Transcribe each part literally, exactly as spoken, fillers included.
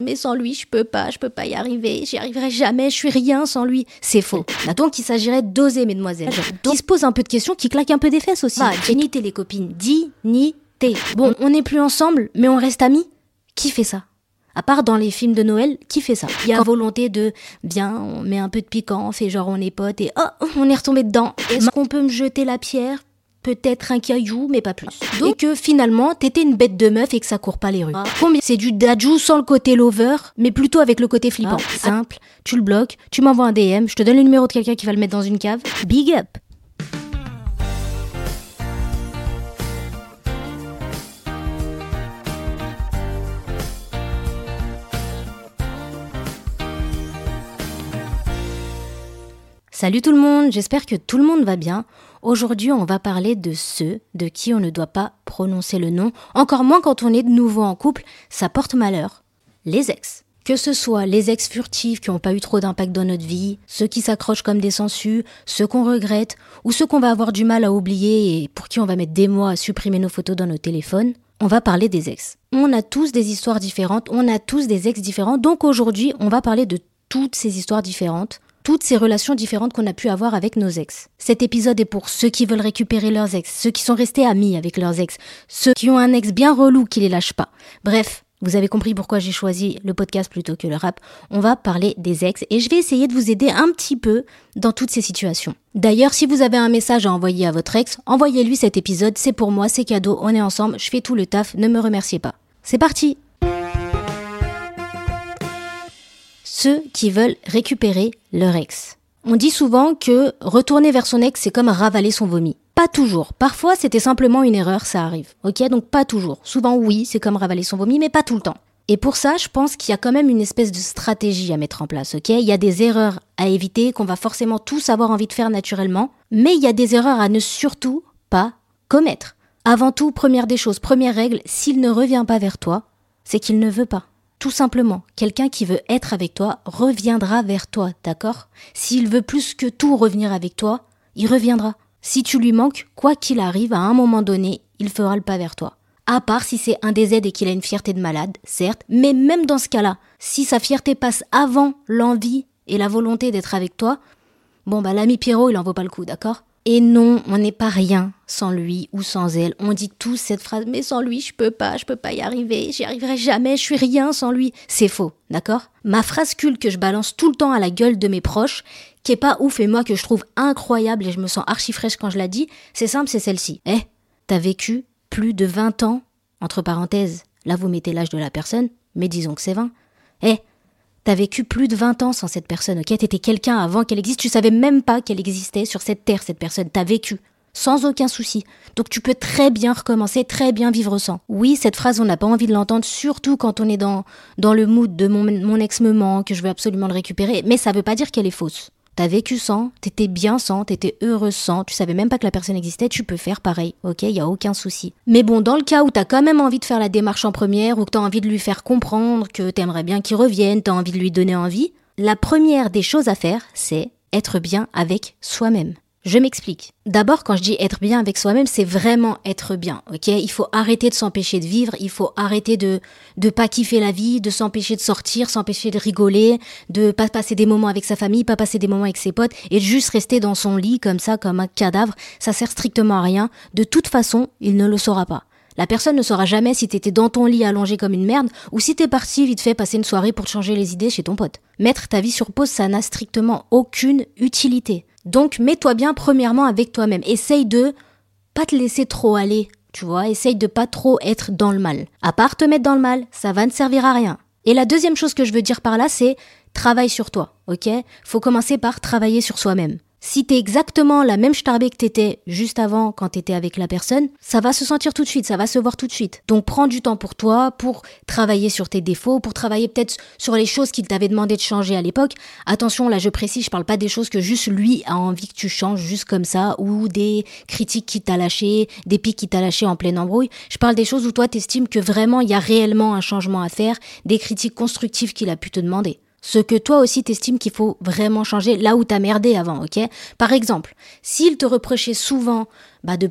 Mais sans lui, je peux pas, je peux pas y arriver, j'y arriverai jamais, je suis rien sans lui. C'est faux. Donc il s'agirait d'oser, mesdemoiselles. Donc, qui se pose un peu de questions, qui claque un peu des fesses aussi. Bah, dignité les copines, dignité. Bon, on n'est plus ensemble, mais on reste amis. Qui fait ça? À part dans les films de Noël, qui fait ça? Il y a volonté de, bien, on met un peu de piquant, on fait genre on est potes et oh, on est retombé dedans. Est-ce qu'on peut me jeter la pierre? Peut-être un caillou, mais pas plus. Donc que finalement, t'étais une bête de meuf et que ça court pas les rues. Ah. Combien c'est du dajou sans le côté lover, mais plutôt avec le côté flippant. Ah. Simple, tu le bloques, tu m'envoies un D M, je te donne le numéro de quelqu'un qui va le mettre dans une cave. Big up! Salut tout le monde, j'espère que tout le monde va bien. Aujourd'hui, on va parler de ceux de qui on ne doit pas prononcer le nom, encore moins quand on est de nouveau en couple, ça porte malheur. Les ex. Que ce soit les ex furtifs qui n'ont pas eu trop d'impact dans notre vie, ceux qui s'accrochent comme des sangsues, ceux qu'on regrette, ou ceux qu'on va avoir du mal à oublier et pour qui on va mettre des mois à supprimer nos photos dans nos téléphones, on va parler des ex. On a tous des histoires différentes, on a tous des ex différents, donc aujourd'hui, on va parler de toutes ces histoires différentes, toutes ces relations différentes qu'on a pu avoir avec nos ex. Cet épisode est pour ceux qui veulent récupérer leurs ex, ceux qui sont restés amis avec leurs ex, ceux qui ont un ex bien relou qui les lâche pas. Bref, vous avez compris pourquoi j'ai choisi le podcast plutôt que le rap. On va parler des ex et je vais essayer de vous aider un petit peu dans toutes ces situations. D'ailleurs, si vous avez un message à envoyer à votre ex, envoyez-lui cet épisode, c'est pour moi, c'est cadeau, on est ensemble, je fais tout le taf, ne me remerciez pas. C'est parti! Ceux qui veulent récupérer leur ex. On dit souvent que retourner vers son ex, c'est comme ravaler son vomi. Pas toujours. Parfois, c'était simplement une erreur, ça arrive. Ok, donc pas toujours. Souvent, oui, c'est comme ravaler son vomi, mais pas tout le temps. Et pour ça, je pense qu'il y a quand même une espèce de stratégie à mettre en place, ok? Il y a des erreurs à éviter qu'on va forcément tous avoir envie de faire naturellement, mais il y a des erreurs à ne surtout pas commettre. Avant tout, première des choses, première règle, s'il ne revient pas vers toi, c'est qu'il ne veut pas. Tout simplement, quelqu'un qui veut être avec toi reviendra vers toi, d'accord? S'il veut plus que tout revenir avec toi, il reviendra. Si tu lui manques, quoi qu'il arrive, à un moment donné, il fera le pas vers toi. À part si c'est un des Z et qu'il a une fierté de malade, certes, mais même dans ce cas-là, si sa fierté passe avant l'envie et la volonté d'être avec toi, bon bah l'ami Pierrot, il en vaut pas le coup, d'accord? Et non, on n'est pas rien sans lui ou sans elle. On dit tous cette phrase, mais sans lui, je peux pas, je peux pas y arriver, j'y arriverai jamais, je suis rien sans lui. C'est faux, d'accord? Ma phrase culte que je balance tout le temps à la gueule de mes proches, qui est pas ouf et moi que je trouve incroyable et je me sens archi fraîche quand je la dis, c'est simple, c'est celle-ci. Eh, t'as vécu plus de vingt ans, entre parenthèses, là vous mettez l'âge de la personne, mais disons que c'est vingt. Eh, t'as vécu plus de vingt ans sans cette personne, ok? T'étais quelqu'un avant qu'elle existe, tu savais même pas qu'elle existait sur cette terre, cette personne. T'as vécu, sans aucun souci. Donc tu peux très bien recommencer, très bien vivre sans. Oui, cette phrase, on n'a pas envie de l'entendre, surtout quand on est dans, dans le mood de mon, mon ex me manque, que je veux absolument le récupérer, mais ça veut pas dire qu'elle est fausse. T'as vécu sans, t'étais bien sans, t'étais heureux sans, tu savais même pas que la personne existait, tu peux faire pareil, ok, y a aucun souci. Mais bon, dans le cas où t'as quand même envie de faire la démarche en première, ou que t'as envie de lui faire comprendre que t'aimerais bien qu'il revienne, t'as envie de lui donner envie, la première des choses à faire, c'est être bien avec soi-même. Je m'explique. D'abord, quand je dis être bien avec soi-même, c'est vraiment être bien, ok? Il faut arrêter de s'empêcher de vivre, il faut arrêter de de pas kiffer la vie, de s'empêcher de sortir, s'empêcher de rigoler, de pas passer des moments avec sa famille, pas passer des moments avec ses potes, et de juste rester dans son lit comme ça, comme un cadavre. Ça sert strictement à rien. De toute façon, il ne le saura pas. La personne ne saura jamais si t'étais dans ton lit allongé comme une merde ou si t'es parti vite fait passer une soirée pour te changer les idées chez ton pote. Mettre ta vie sur pause, ça n'a strictement aucune utilité. Donc, mets-toi bien premièrement avec toi-même. Essaye de pas te laisser trop aller, tu vois. Essaye de pas trop être dans le mal. À part te mettre dans le mal, ça va ne servir à rien. Et la deuxième chose que je veux dire par là, c'est travaille sur toi, ok? Faut commencer par travailler sur soi-même. Si t'es exactement la même starbée que t'étais juste avant quand t'étais avec la personne, ça va se sentir tout de suite, ça va se voir tout de suite. Donc prends du temps pour toi, pour travailler sur tes défauts, pour travailler peut-être sur les choses qu'il t'avait demandé de changer à l'époque. Attention, là je précise, je parle pas des choses que juste lui a envie que tu changes juste comme ça, ou des critiques qu'il t'a lâché, des pics qu'il t'a lâché en pleine embrouille. Je parle des choses où toi t'estimes que vraiment il y a réellement un changement à faire, des critiques constructives qu'il a pu te demander. Ce que toi aussi t'estimes qu'il faut vraiment changer là où t'as merdé avant, ok? Par exemple, s'il te reprochait souvent, bah depuis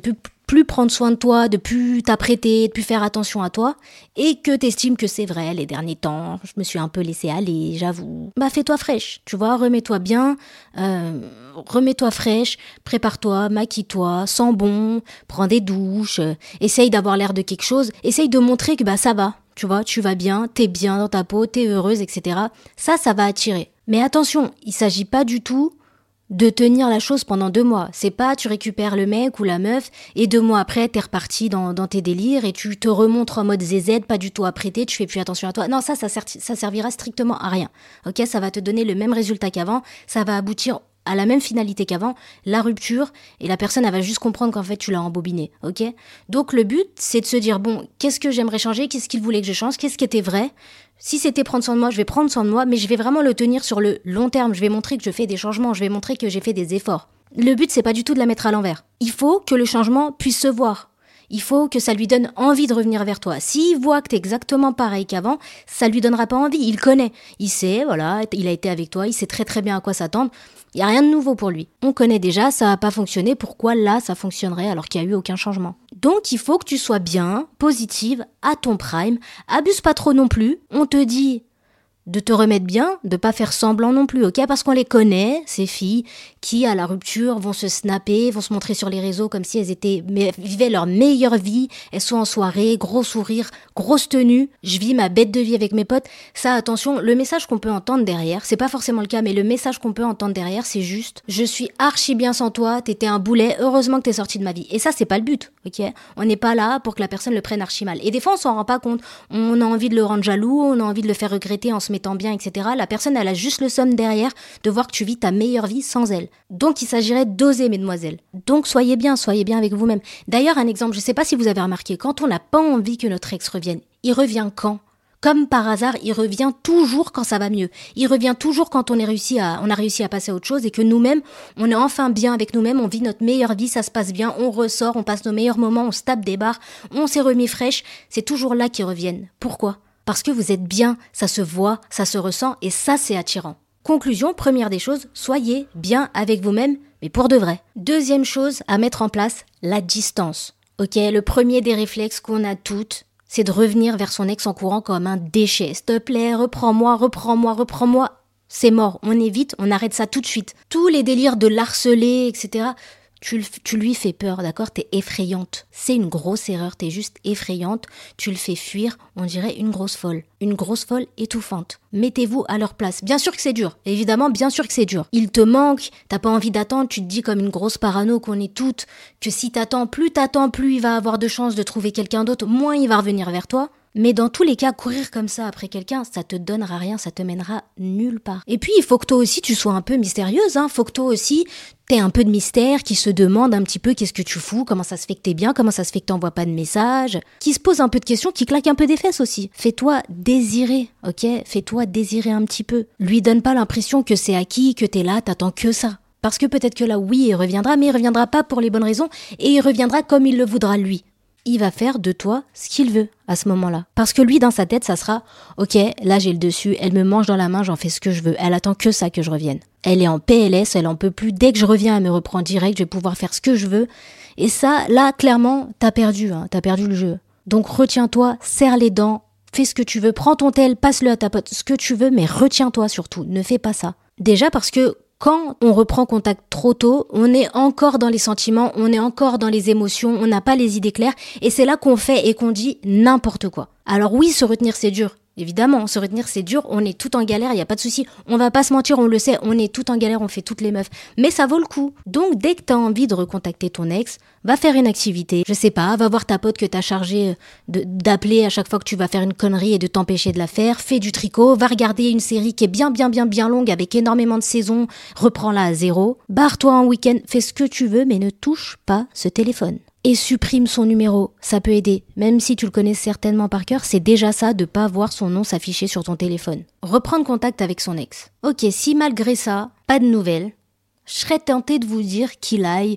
plus prendre soin de toi, de plus t'apprêter, de plus faire attention à toi, et que t'estimes que c'est vrai, les derniers temps, je me suis un peu laissée aller, j'avoue. Bah fais-toi fraîche, tu vois, remets-toi bien, euh, remets-toi fraîche, prépare-toi, maquille-toi, sens bon, prends des douches, euh, essaye d'avoir l'air de quelque chose, essaye de montrer que bah ça va, tu vois, tu vas bien, t'es bien dans ta peau, t'es heureuse, et cetera. Ça, ça va attirer. Mais attention, il s'agit pas du tout de tenir la chose pendant deux mois. C'est pas tu récupères le mec ou la meuf et deux mois après t'es reparti dans, dans tes délires et tu te remontres en mode zézette, pas du tout apprêté, tu fais plus attention à toi. Non, ça, ça, sert, ça servira strictement à rien. Ok, ça va te donner le même résultat qu'avant, ça va aboutir à la même finalité qu'avant, la rupture, et la personne elle va juste comprendre qu'en fait tu l'as embobiné, ok? Donc le but c'est de se dire bon, qu'est-ce que j'aimerais changer, qu'est-ce qu'il voulait que je change, qu'est-ce qui était vrai? Si c'était prendre soin de moi, je vais prendre soin de moi, mais je vais vraiment le tenir sur le long terme, je vais montrer que je fais des changements, je vais montrer que j'ai fait des efforts. Le but c'est pas du tout de la mettre à l'envers. Il faut que le changement puisse se voir. Il faut que ça lui donne envie de revenir vers toi. S'il voit que t'es exactement pareil qu'avant, ça lui donnera pas envie. Il connaît. Il sait, voilà, il a été avec toi, il sait très très bien à quoi s'attendre. Il n'y a rien de nouveau pour lui. On connaît déjà, ça n'a pas fonctionné, pourquoi là ça fonctionnerait alors qu'il n'y a eu aucun changement? Donc il faut que tu sois bien, positive, à ton prime, abuse pas trop non plus. On te dit de te remettre bien, de pas faire semblant non plus, ok? Parce qu'on les connaît, ces filles, qui à la rupture vont se snapper, vont se montrer sur les réseaux comme si elles étaient, mais, vivaient leur meilleure vie, elles sont en soirée, gros sourire, grosse tenue, je vis ma bête de vie avec mes potes. Ça, attention, le message qu'on peut entendre derrière, c'est pas forcément le cas, mais le message qu'on peut entendre derrière, c'est juste, je suis archi bien sans toi, t'étais un boulet, heureusement que t'es sorti de ma vie. Et ça, c'est pas le but, ok? On n'est pas là pour que la personne le prenne archi mal. Et des fois, on s'en rend pas compte. On a envie de le rendre jaloux, on a envie de le faire regretter en se mettant bien, et cetera. La personne, elle a juste le somme derrière de voir que tu vis ta meilleure vie sans elle. Donc, il s'agirait d'oser, mesdemoiselles. Donc, soyez bien, soyez bien avec vous-même. D'ailleurs, un exemple, je sais pas si vous avez remarqué, quand on n'a pas envie que notre ex revienne, il revient quand? Comme par hasard, il revient toujours quand ça va mieux. Il revient toujours quand on est réussi à, on a réussi à passer à autre chose et que nous-mêmes, on est enfin bien avec nous-mêmes, on vit notre meilleure vie, ça se passe bien, on ressort, on passe nos meilleurs moments, on se tape des barres, on s'est remis fraîche. C'est toujours là qu'ils reviennent. Pourquoi? Parce que vous êtes bien, ça se voit, ça se ressent et ça c'est attirant. Conclusion, première des choses, soyez bien avec vous-même, mais pour de vrai. Deuxième chose à mettre en place, la distance. Ok, le premier des réflexes qu'on a toutes, c'est de revenir vers son ex en courant comme un déchet. S'il te plaît, reprends-moi, reprends-moi, reprends-moi. C'est mort, on évite, on arrête ça tout de suite. Tous les délires de l'harceler, et cetera, tu, tu lui fais peur, d'accord? T'es effrayante. C'est une grosse erreur, t'es juste effrayante. Tu le fais fuir, on dirait une grosse folle. Une grosse folle étouffante. Mettez-vous à leur place. Bien sûr que c'est dur. Évidemment, bien sûr que c'est dur. Il te manque, t'as pas envie d'attendre, tu te dis comme une grosse parano qu'on est toutes, que si t'attends, plus t'attends, plus il va avoir de chances de trouver quelqu'un d'autre, moins il va revenir vers toi. Mais dans tous les cas, courir comme ça après quelqu'un, ça te donnera rien, ça te mènera nulle part. Et puis, il faut que toi aussi, tu sois un peu mystérieuse, hein. Faut que toi aussi, t'aies un peu de mystère, qui se demande un petit peu qu'est-ce que tu fous, comment ça se fait que t'es bien, comment ça se fait que t'envoies pas de messages, qui se pose un peu de questions, qui claque un peu des fesses aussi. Fais-toi désirer, ok? Fais-toi désirer un petit peu. Lui donne pas l'impression que c'est acquis, que t'es là, t'attends que ça. Parce que peut-être que là, oui, il reviendra, mais il reviendra pas pour les bonnes raisons, et il reviendra comme il le voudra lui. Il va faire de toi ce qu'il veut à ce moment-là. Parce que lui, dans sa tête, ça sera « Ok, là j'ai le dessus, elle me mange dans la main, j'en fais ce que je veux. Elle attend que ça que je revienne. Elle est en P L S, elle en peut plus. Dès que je reviens, elle me reprend direct, je vais pouvoir faire ce que je veux. » Et ça, là, clairement, t'as perdu, hein, t'as perdu le jeu. Donc retiens-toi, serre les dents, fais ce que tu veux, prends ton tel, passe-le à ta pote, ce que tu veux, mais retiens-toi surtout, ne fais pas ça. Déjà parce que quand on reprend contact trop tôt, on est encore dans les sentiments, on est encore dans les émotions, on n'a pas les idées claires, et c'est là qu'on fait et qu'on dit n'importe quoi. Alors oui, se retenir c'est dur. Évidemment, se retenir c'est dur, on est tout en galère, il n'y a pas de souci. On va pas se mentir, on le sait, on est tout en galère, on fait toutes les meufs. Mais ça vaut le coup. Donc dès que t'as envie de recontacter ton ex, va faire une activité. Je sais pas, va voir ta pote que t'as chargée de, d'appeler à chaque fois que tu vas faire une connerie et de t'empêcher de la faire. Fais du tricot, va regarder une série qui est bien bien bien bien longue avec énormément de saisons, reprends-la à zéro. Barre-toi en week-end, fais ce que tu veux mais ne touche pas ce téléphone. Et supprime son numéro, ça peut aider. Même si tu le connais certainement par cœur, c'est déjà ça de pas voir son nom s'afficher sur ton téléphone. Reprendre contact avec son ex. Ok, si malgré ça, pas de nouvelles, je serais tentée de vous dire qu'il aille.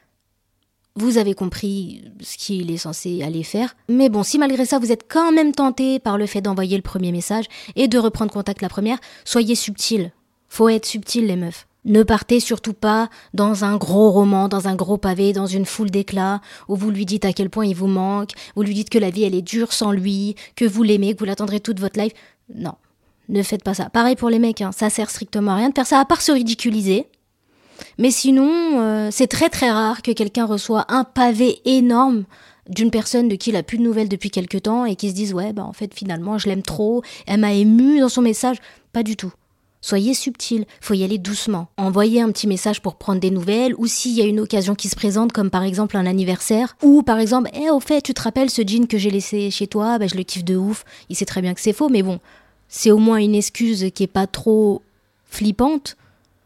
Vous avez compris ce qu'il est censé aller faire. Mais bon, si malgré ça, vous êtes quand même tenté par le fait d'envoyer le premier message et de reprendre contact la première, soyez subtil. Faut être subtil les meufs. Ne partez surtout pas dans un gros roman, dans un gros pavé, dans une foule d'éclats, où vous lui dites à quel point il vous manque, vous lui dites que la vie elle est dure sans lui, que vous l'aimez, que vous l'attendrez toute votre life. Non, ne faites pas ça. Pareil pour les mecs, hein, ça sert strictement à rien de faire ça, à part se ridiculiser. Mais sinon, euh, c'est très très rare que quelqu'un reçoit un pavé énorme d'une personne de qui il a plus de nouvelles depuis quelque temps et qui se dise « Ouais, bah en fait finalement je l'aime trop, elle m'a ému dans son message ». Pas du tout. Soyez subtil, faut y aller doucement. Envoyez un petit message pour prendre des nouvelles, ou s'il y a une occasion qui se présente, comme par exemple un anniversaire, ou par exemple « Eh, au fait, tu te rappelles ce jean que j'ai laissé chez toi, bah je le kiffe de ouf ». Il sait très bien que c'est faux, mais bon, c'est au moins une excuse qui est pas trop flippante.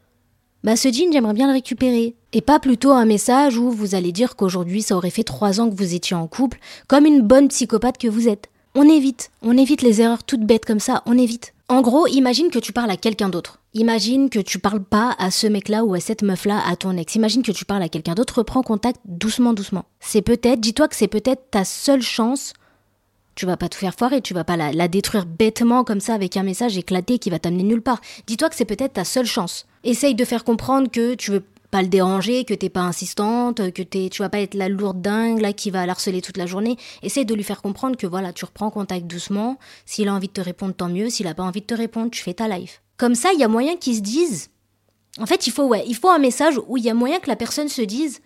Bah ce jean, j'aimerais bien le récupérer. Et pas plutôt un message où vous allez dire qu'aujourd'hui ça aurait fait trois ans que vous étiez en couple, comme une bonne psychopathe que vous êtes. On évite, on évite les erreurs toutes bêtes comme ça, on évite. En gros, imagine que tu parles à quelqu'un d'autre. Imagine que tu parles pas à ce mec-là ou à cette meuf-là, à ton ex. Imagine que tu parles à quelqu'un d'autre, reprends contact doucement, doucement. C'est peut-être, dis-toi que c'est peut-être ta seule chance. Tu vas pas tout faire foirer, tu vas pas la, la détruire bêtement comme ça avec un message éclaté qui va t'amener nulle part. Dis-toi que c'est peut-être ta seule chance. Essaye de faire comprendre que tu veux pas le déranger, que t'es pas insistante, que t'es, tu vas pas être la lourde dingue là qui va l'harceler toute la journée. Essaye de lui faire comprendre que voilà, tu reprends contact doucement. S'il a envie de te répondre, tant mieux. S'il a pas envie de te répondre, tu fais ta life. Comme ça, il y a moyen qu'ils se disent. En fait, il faut ouais, il faut un message où il y a moyen que la personne se dise.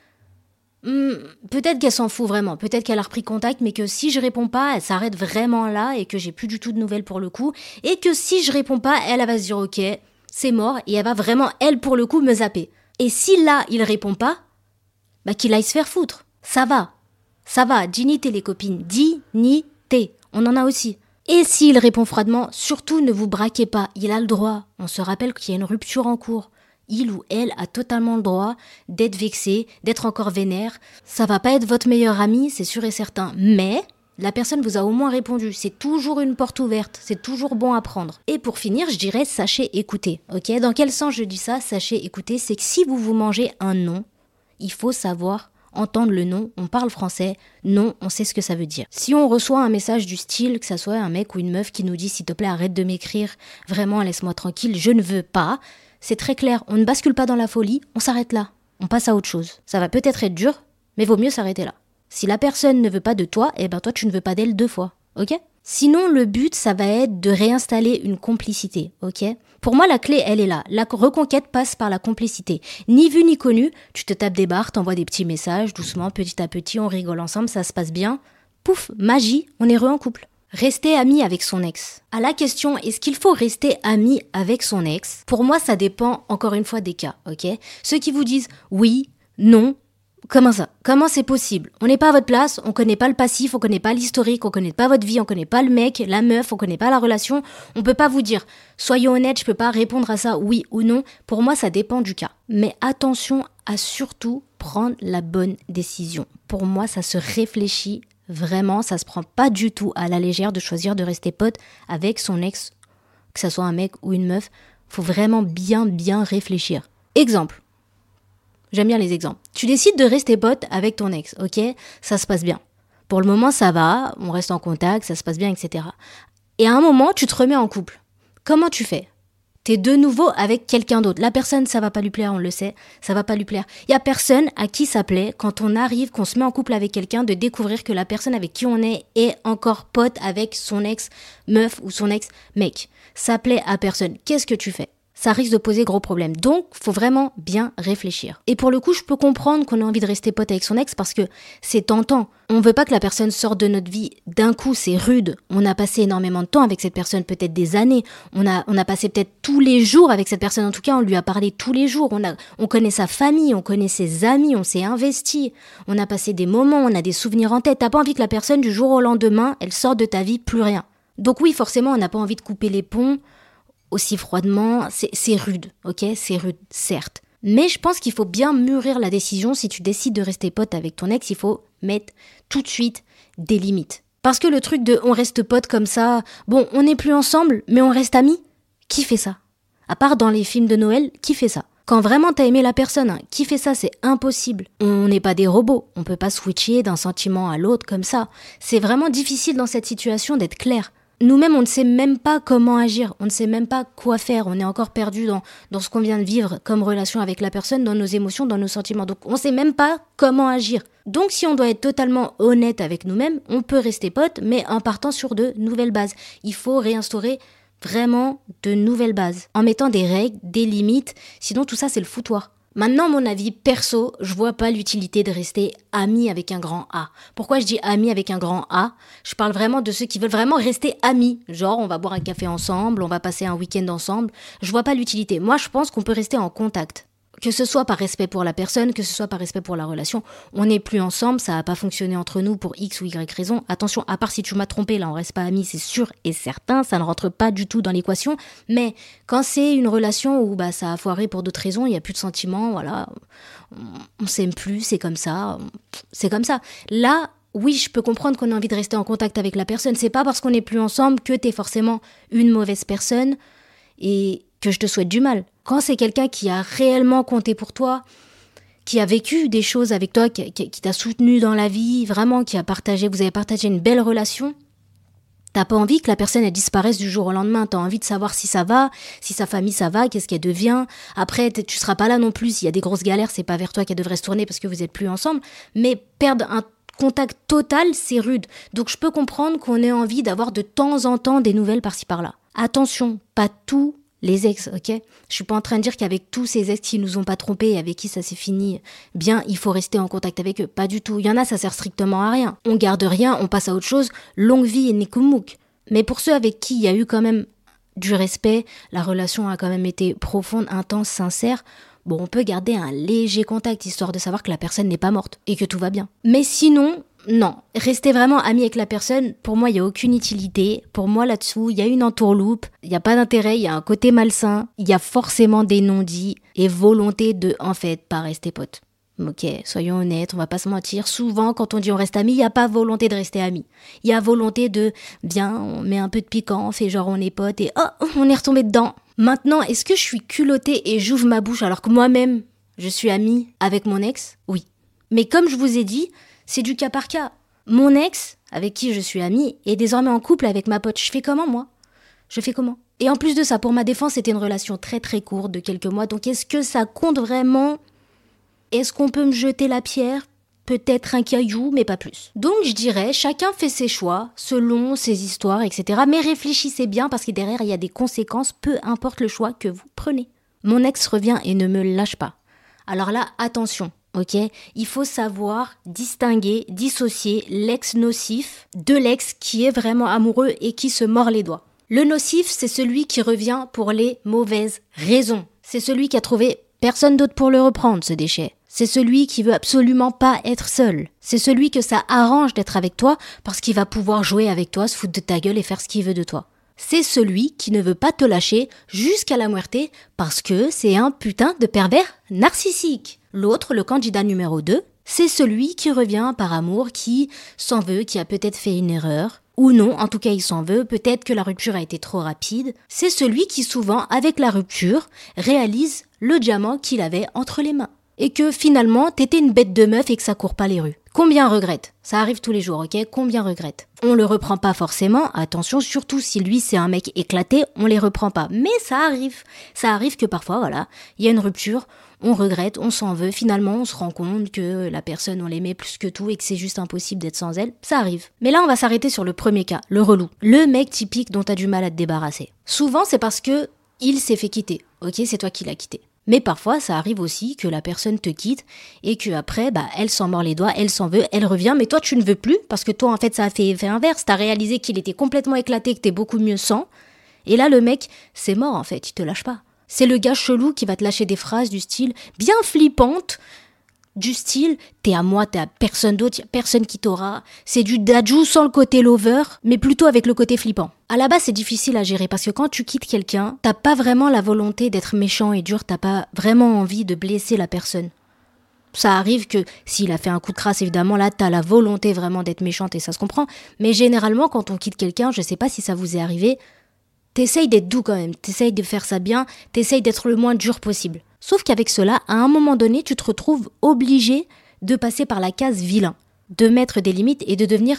Hmm, peut-être qu'elle s'en fout vraiment, peut-être qu'elle a repris contact, mais que si je réponds pas, elle s'arrête vraiment là et que j'ai plus du tout de nouvelles pour le coup. Et que si je réponds pas, elle, elle va se dire ok, c'est mort et elle va vraiment, elle pour le coup, me zapper. Et si là, il répond pas, bah qu'il aille se faire foutre. Ça va. Ça va. Dignité, les copines. Dignité. On en a aussi. Et s'il répond froidement, surtout ne vous braquez pas. Il a le droit. On se rappelle qu'il y a une rupture en cours. Il ou elle a totalement le droit d'être vexé, d'être encore vénère. Ça va pas être votre meilleur ami, c'est sûr et certain. Mais la personne vous a au moins répondu. C'est toujours une porte ouverte. C'est toujours bon à prendre. Et pour finir, je dirais sachez écouter. Ok ? Dans quel sens je dis ça ? Sachez écouter, c'est que si vous vous mangez un non, il faut savoir entendre le non. On parle français, non, on sait ce que ça veut dire. Si on reçoit un message du style, que ça soit un mec ou une meuf qui nous dit s'il te plaît arrête de m'écrire, vraiment laisse-moi tranquille, je ne veux pas. C'est très clair, on ne bascule pas dans la folie, on s'arrête là. On passe à autre chose. Ça va peut-être être dur, mais vaut mieux s'arrêter là. Si la personne ne veut pas de toi, eh ben toi tu ne veux pas d'elle deux fois, ok ? Sinon, le but, ça va être de réinstaller une complicité, ok ? Pour moi, la clé, elle est là. La reconquête passe par la complicité. Ni vu ni connu, tu te tapes des barres, t'envoies des petits messages, doucement, petit à petit, on rigole ensemble, ça se passe bien. Pouf, magie, on est re en couple. Rester ami avec son ex. À la question, est-ce qu'il faut rester ami avec son ex ? Pour moi, ça dépend encore une fois des cas, ok ? Ceux qui vous disent oui, non, comment ça ? Comment c'est possible ? On n'est pas à votre place, on connaît pas le passif, on connaît pas l'historique, on connaît pas votre vie, on connaît pas le mec, la meuf, on connaît pas la relation. On peut pas vous dire, soyons honnêtes, je peux pas répondre à ça oui ou non. Pour moi, ça dépend du cas. Mais attention à surtout prendre la bonne décision. Pour moi, ça se réfléchit vraiment, ça se prend pas du tout à la légère de choisir de rester pote avec son ex, que ça soit un mec ou une meuf. Faut vraiment bien, bien réfléchir. Exemple. J'aime bien les exemples. Tu décides de rester pote avec ton ex, ok ? Ça se passe bien. Pour le moment, ça va, on reste en contact, ça se passe bien, et cetera. Et à un moment, tu te remets en couple. Comment tu fais ? T'es de nouveau avec quelqu'un d'autre. La personne, ça va pas lui plaire, on le sait, ça va pas lui plaire. Il y a personne à qui ça plaît, quand on arrive, qu'on se met en couple avec quelqu'un, de découvrir que la personne avec qui on est est encore pote avec son ex-meuf ou son ex-mec. Ça plaît à personne. Qu'est-ce que tu fais ? Ça risque de poser gros problèmes. Donc, faut vraiment bien réfléchir. Et pour le coup, je peux comprendre qu'on ait envie de rester pote avec son ex parce que c'est tentant. On veut pas que la personne sorte de notre vie d'un coup, c'est rude. On a passé énormément de temps avec cette personne, peut-être des années. On a, on a passé peut-être tous les jours avec cette personne. En tout cas, on lui a parlé tous les jours. On a, on connaît sa famille, on connaît ses amis, on s'est investi. On a passé des moments, on a des souvenirs en tête. T'as pas envie que la personne, du jour au lendemain, elle sorte de ta vie, plus rien. Donc oui, forcément, on n'a pas envie de couper les ponts aussi froidement, c'est, c'est rude, ok ? C'est rude, certes. Mais je pense qu'il faut bien mûrir la décision. Si tu décides de rester pote avec ton ex, il faut mettre tout de suite des limites. Parce que le truc de on reste pote comme ça, bon, on n'est plus ensemble, mais on reste amis, qui fait ça ? À part dans les films de Noël, qui fait ça ? Quand vraiment t'as aimé la personne, hein, qui fait ça ? C'est impossible. On n'est pas des robots, on peut pas switcher d'un sentiment à l'autre comme ça. C'est vraiment difficile dans cette situation d'être clair. nous-mêmes, on ne sait même pas comment agir, on ne sait même pas quoi faire, on est encore perdu dans, dans ce qu'on vient de vivre comme relation avec la personne, dans nos émotions, dans nos sentiments. Donc on ne sait même pas comment agir. Donc si on doit être totalement honnête avec nous-mêmes, on peut rester potes, mais en partant sur de nouvelles bases. Il faut réinstaurer vraiment de nouvelles bases, en mettant des règles, des limites, sinon tout ça c'est le foutoir. Maintenant, mon avis perso, je vois pas l'utilité de rester ami avec un grand A. Pourquoi je dis ami avec un grand A ? Je parle vraiment de ceux qui veulent vraiment rester amis. Genre, on va boire un café ensemble, on va passer un week-end ensemble. Je vois pas l'utilité. Moi, je pense qu'on peut rester en contact. Que ce soit par respect pour la personne, que ce soit par respect pour la relation. On n'est plus ensemble, ça n'a pas fonctionné entre nous pour X ou Y raison. Attention, à part si tu m'as trompé, là on reste pas amis, c'est sûr et certain, ça ne rentre pas du tout dans l'équation. Mais quand c'est une relation où bah, ça a foiré pour d'autres raisons, il n'y a plus de sentiments, voilà, on, on s'aime plus, c'est comme ça, c'est comme ça. Là, oui, je peux comprendre qu'on a envie de rester en contact avec la personne. C'est pas parce qu'on n'est plus ensemble que t'es forcément une mauvaise personne et que je te souhaite du mal. Quand c'est quelqu'un qui a réellement compté pour toi, qui a vécu des choses avec toi, qui, qui, qui t'a soutenu dans la vie, vraiment, qui a partagé, vous avez partagé une belle relation, t'as pas envie que la personne elle disparaisse du jour au lendemain. T'as envie de savoir si ça va, si sa famille ça va, qu'est-ce qu'elle devient. Après, tu seras pas là non plus. S'il y a des grosses galères, c'est pas vers toi qu'elle devrait se tourner parce que vous êtes plus ensemble. Mais perdre un contact total, c'est rude. Donc je peux comprendre qu'on ait envie d'avoir de temps en temps des nouvelles par-ci par-là. Attention, pas tout. Les ex, ok ? Je suis pas en train de dire qu'avec tous ces ex qui nous ont pas trompés et avec qui ça s'est fini bien, il faut rester en contact avec eux. Pas du tout. Il y en a, ça sert strictement à rien. On garde rien, on passe à autre chose. Longue vie et Nikomouk. Mais pour ceux avec qui il y a eu quand même du respect, la relation a quand même été profonde, intense, sincère, bon, on peut garder un léger contact, histoire de savoir que la personne n'est pas morte et que tout va bien. Mais sinon, non. Rester vraiment ami avec la personne, pour moi, il n'y a aucune utilité. Pour moi, là-dessous, il y a une entourloupe, il n'y a pas d'intérêt, il y a un côté malsain, il y a forcément des non-dits et volonté de, en fait, pas rester pote. Ok, soyons honnêtes, on va pas se mentir. Souvent, quand on dit on reste amis, il n'y a pas volonté de rester amis. Il y a volonté de, viens, on met un peu de piquant, on fait genre on est potes et oh, on est retombé dedans. Maintenant, est-ce que je suis culottée et j'ouvre ma bouche alors que moi-même, je suis amie avec mon ex ? Oui. Mais comme je vous ai dit, c'est du cas par cas. Mon ex, avec qui je suis amie, est désormais en couple avec ma pote. Je fais comment, moi ? Je fais comment ? Et en plus de ça, pour ma défense, c'était une relation très très courte de quelques mois. Donc est-ce que ça compte vraiment ? Est-ce qu'on peut me jeter la pierre ? Peut-être un caillou, mais pas plus. Donc je dirais, chacun fait ses choix, selon ses histoires, et cetera. Mais réfléchissez bien, parce que derrière, il y a des conséquences, peu importe le choix que vous prenez. Mon ex revient et ne me lâche pas. Alors là, attention, ok ? Il faut savoir distinguer, dissocier l'ex nocif de l'ex qui est vraiment amoureux et qui se mord les doigts. Le nocif, c'est celui qui revient pour les mauvaises raisons. C'est celui qui a trouvé personne d'autre pour le reprendre, ce déchet. C'est celui qui veut absolument pas être seul. C'est celui que ça arrange d'être avec toi parce qu'il va pouvoir jouer avec toi, se foutre de ta gueule et faire ce qu'il veut de toi. C'est celui qui ne veut pas te lâcher jusqu'à la muerte parce que c'est un putain de pervers narcissique. L'autre, le candidat numéro deux, c'est celui qui revient par amour, qui s'en veut, qui a peut-être fait une erreur. Ou non, en tout cas il s'en veut, peut-être que la rupture a été trop rapide. C'est celui qui souvent, avec la rupture, réalise le diamant qu'il avait entre les mains. Et que finalement, t'étais une bête de meuf et que ça court pas les rues. Combien regrette ? Ça arrive tous les jours, ok ? Combien regrette ? On le reprend pas forcément, attention, surtout si lui c'est un mec éclaté, on les reprend pas. Mais ça arrive. Ça arrive que parfois, voilà, il y a une rupture, on regrette, on s'en veut, finalement on se rend compte que la personne on l'aimait plus que tout et que c'est juste impossible d'être sans elle. Ça arrive. Mais là on va s'arrêter sur le premier cas, le relou. Le mec typique dont t'as du mal à te débarrasser. Souvent c'est parce que il s'est fait quitter, ok ? C'est toi qui l'as quitté. Mais parfois, ça arrive aussi que la personne te quitte et qu'après, bah, elle s'en mord les doigts, elle s'en veut, elle revient, mais toi, tu ne veux plus parce que toi, en fait, ça a fait effet inverse. T'as réalisé qu'il était complètement éclaté, que t'es beaucoup mieux sans. Et là, le mec, c'est mort, en fait, il te lâche pas. C'est le gars chelou qui va te lâcher des phrases du style bien flippantes, du style « t'es à moi, t'es à personne d'autre, y a personne qui t'aura ». C'est du dajou sans le côté lover, mais plutôt avec le côté flippant. À la base, c'est difficile à gérer parce que quand tu quittes quelqu'un, t'as pas vraiment la volonté d'être méchant et dur, t'as pas vraiment envie de blesser la personne. Ça arrive que s'il a fait un coup de crasse, évidemment, là, t'as la volonté vraiment d'être méchante et ça se comprend. Mais généralement, quand on quitte quelqu'un, je sais pas si ça vous est arrivé, t'essayes d'être doux quand même, t'essayes de faire ça bien, t'essayes d'être le moins dur possible. Sauf qu'avec cela, à un moment donné, tu te retrouves obligé de passer par la case vilain, de mettre des limites et de devenir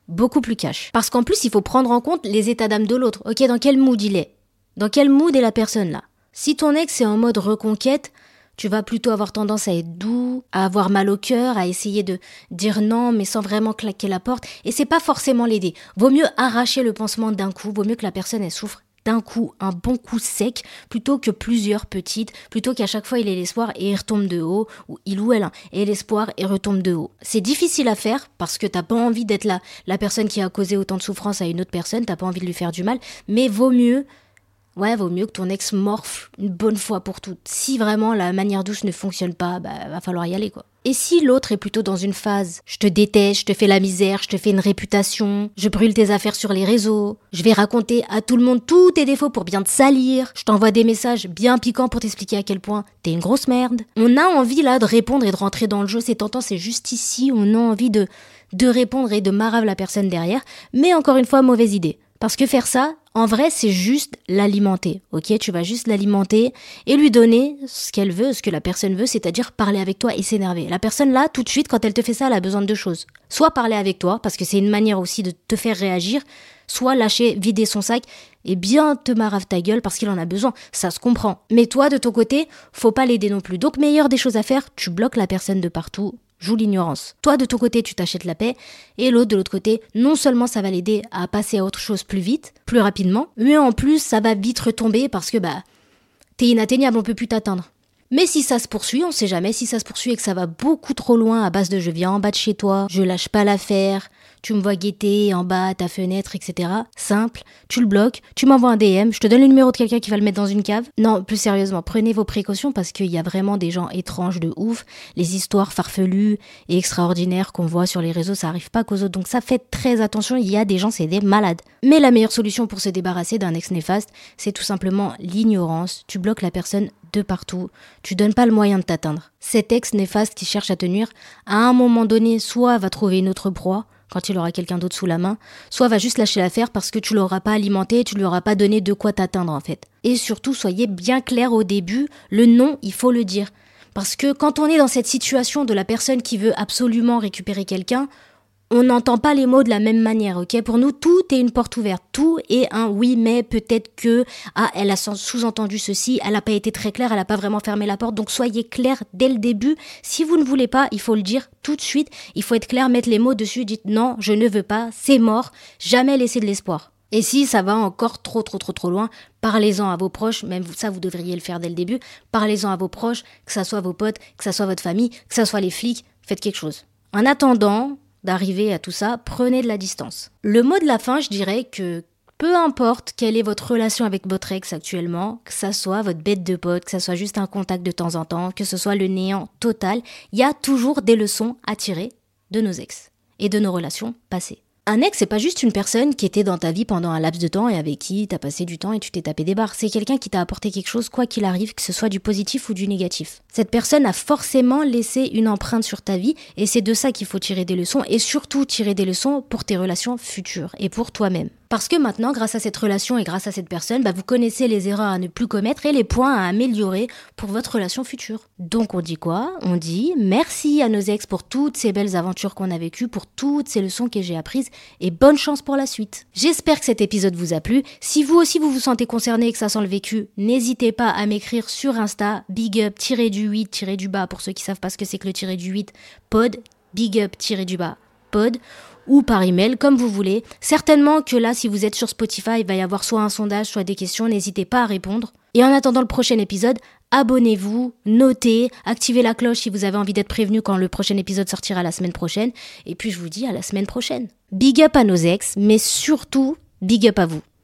beaucoup plus cash. Parce qu'en plus, il faut prendre en compte les états d'âme de l'autre. Ok, dans quel mood il est? Dans quel mood est la personne là? Si ton ex est en mode reconquête, tu vas plutôt avoir tendance à être doux, à avoir mal au cœur, à essayer de dire non, mais sans vraiment claquer la porte. Et c'est pas forcément l'aider. Vaut mieux arracher le pansement d'un coup, vaut mieux que la personne elle souffre d'un coup, un bon coup sec, plutôt que plusieurs petites, plutôt qu'à chaque fois il ait l'espoir et il retombe de haut, ou il ou elle hein, ait l'espoir et retombe de haut. C'est difficile à faire parce que t'as pas envie d'être la, la personne qui a causé autant de souffrance à une autre personne, t'as pas envie de lui faire du mal, mais vaut mieux Ouais, vaut mieux que ton ex morfle une bonne fois pour toutes. Si vraiment la manière douce ne fonctionne pas, bah va falloir y aller quoi. Et si l'autre est plutôt dans une phase, je te déteste, je te fais la misère, je te fais une réputation, je brûle tes affaires sur les réseaux, je vais raconter à tout le monde tous tes défauts pour bien te salir, je t'envoie des messages bien piquants pour t'expliquer à quel point t'es une grosse merde. On a envie là de répondre et de rentrer dans le jeu, c'est tentant, c'est juste ici, on a envie de, de répondre et de marave la personne derrière, mais encore une fois, mauvaise idée. Parce que faire ça, en vrai, c'est juste l'alimenter, ok? Tu vas juste l'alimenter et lui donner ce qu'elle veut, ce que la personne veut, c'est-à-dire parler avec toi et s'énerver. La personne là, tout de suite, quand elle te fait ça, elle a besoin de deux choses. Soit parler avec toi, parce que c'est une manière aussi de te faire réagir, soit lâcher, vider son sac et bien te marave ta gueule parce qu'il en a besoin. Ça se comprend. Mais toi, de ton côté, faut pas l'aider non plus. Donc, meilleure des choses à faire, tu bloques la personne de partout. Joue l'ignorance. Toi, de ton côté, tu t'achètes la paix, et l'autre, de l'autre côté, non seulement ça va l'aider à passer à autre chose plus vite, plus rapidement, mais en plus, ça va vite retomber parce que, bah, t'es inatteignable, on peut plus t'atteindre. Mais si ça se poursuit, on sait jamais, si ça se poursuit et que ça va beaucoup trop loin à base de je viens en bas de chez toi, je lâche pas l'affaire, tu me vois guetter en bas à ta fenêtre, et cetera. Simple, tu le bloques, tu m'envoies un D M, je te donne le numéro de quelqu'un qui va le mettre dans une cave. Non, plus sérieusement, prenez vos précautions parce qu'il y a vraiment des gens étranges de ouf. Les histoires farfelues et extraordinaires qu'on voit sur les réseaux, ça arrive pas qu'aux autres. Donc ça, faites très attention, il y a des gens, c'est des malades. Mais la meilleure solution pour se débarrasser d'un ex néfaste, c'est tout simplement l'ignorance. Tu bloques la personne de partout, tu donnes pas le moyen de t'atteindre. Cet ex néfaste qui cherche à te nuire, à un moment donné, soit va trouver une autre proie, quand il aura quelqu'un d'autre sous la main, soit va juste lâcher l'affaire parce que tu l'auras pas alimenté, tu lui auras pas donné de quoi t'atteindre en fait. Et surtout, soyez bien clair au début, le non, il faut le dire. Parce que quand on est dans cette situation de la personne qui veut absolument récupérer quelqu'un, on n'entend pas les mots de la même manière, ok? Pour nous, tout est une porte ouverte. Tout est un oui, mais peut-être que, ah, elle a sous-entendu ceci, elle n'a pas été très claire, elle n'a pas vraiment fermé la porte. Donc, soyez clair dès le début. Si vous ne voulez pas, il faut le dire tout de suite. Il faut être clair, mettre les mots dessus, dites non, je ne veux pas, c'est mort. Jamais laisser de l'espoir. Et si ça va encore trop, trop, trop, trop loin, parlez-en à vos proches, même ça, vous devriez le faire dès le début. Parlez-en à vos proches, que ça soit vos potes, que ça soit votre famille, que ça soit les flics, faites quelque chose. En attendant d'arriver à tout ça, prenez de la distance. Le mot de la fin, je dirais que peu importe quelle est votre relation avec votre ex actuellement, que ça soit votre bête de pote, que ça soit juste un contact de temps en temps, que ce soit le néant total, il y a toujours des leçons à tirer de nos ex et de nos relations passées. Un ex, c'est pas juste une personne qui était dans ta vie pendant un laps de temps et avec qui t'as passé du temps et tu t'es tapé des barres. C'est quelqu'un qui t'a apporté quelque chose, quoi qu'il arrive, que ce soit du positif ou du négatif. Cette personne a forcément laissé une empreinte sur ta vie et c'est de ça qu'il faut tirer des leçons et surtout tirer des leçons pour tes relations futures et pour toi-même. Parce que maintenant, grâce à cette relation et grâce à cette personne, bah vous connaissez les erreurs à ne plus commettre et les points à améliorer pour votre relation future. Donc on dit quoi? On dit merci à nos ex pour toutes ces belles aventures qu'on a vécues, pour toutes ces leçons que j'ai apprises et bonne chance pour la suite. J'espère que cet épisode vous a plu. Si vous aussi vous vous sentez concerné et que ça sent le vécu, n'hésitez pas à m'écrire sur Insta, big up tiré du huit tiré du bas pour ceux qui savent pas ce que c'est que le tiré du huit, pod, big up tiré du bas, pod, ou par email, comme vous voulez. Certainement que là, si vous êtes sur Spotify, il va y avoir soit un sondage, soit des questions, n'hésitez pas à répondre. Et en attendant le prochain épisode, abonnez-vous, notez, activez la cloche si vous avez envie d'être prévenu quand le prochain épisode sortira la semaine prochaine. Et puis je vous dis à la semaine prochaine. Big up à nos ex, mais surtout, big up à vous.